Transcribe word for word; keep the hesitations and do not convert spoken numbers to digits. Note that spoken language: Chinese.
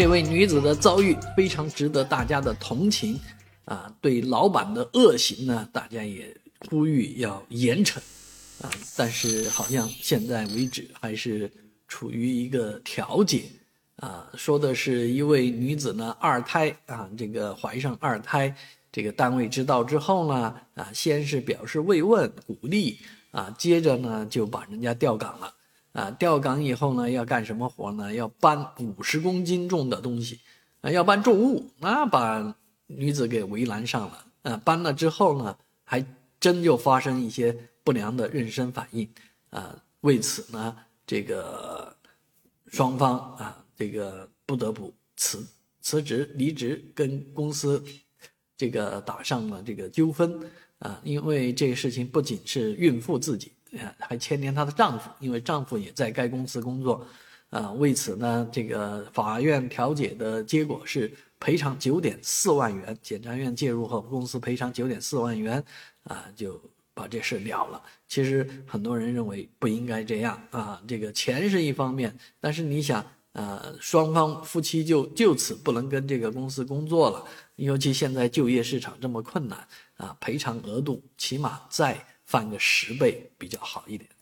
这位女子的遭遇非常值得大家的同情啊，对老板的恶行呢，大家也呼吁要严惩啊，但是好像现在为止还是处于一个调解啊，说的是一位女子呢二胎啊，这个怀上二胎，这个单位知道之后呢啊，先是表示慰问鼓励啊，接着呢就把人家调岗了。啊，调岗以后呢，要干什么活呢？要搬五十公斤重的东西，啊，要搬重物，那把女子给为难上了。啊，搬了之后呢，还真就发生一些不良的妊娠反应，啊，为此呢，这个双方啊，这个不得不辞辞职离职，跟公司这个打上了这个纠纷啊，因为这个事情不仅是孕妇自己。还牵连她的丈夫，因为丈夫也在该公司工作，啊，为此呢，这个法院调解的结果是赔偿九点四万元，检察院介入后，公司赔偿九点四万元，啊，就把这事了了。其实很多人认为不应该这样啊，这个钱是一方面，但是你想，呃，双方夫妻就就此不能跟这个公司工作了，尤其现在就业市场这么困难啊，赔偿额度起码再翻个十倍比较好一点。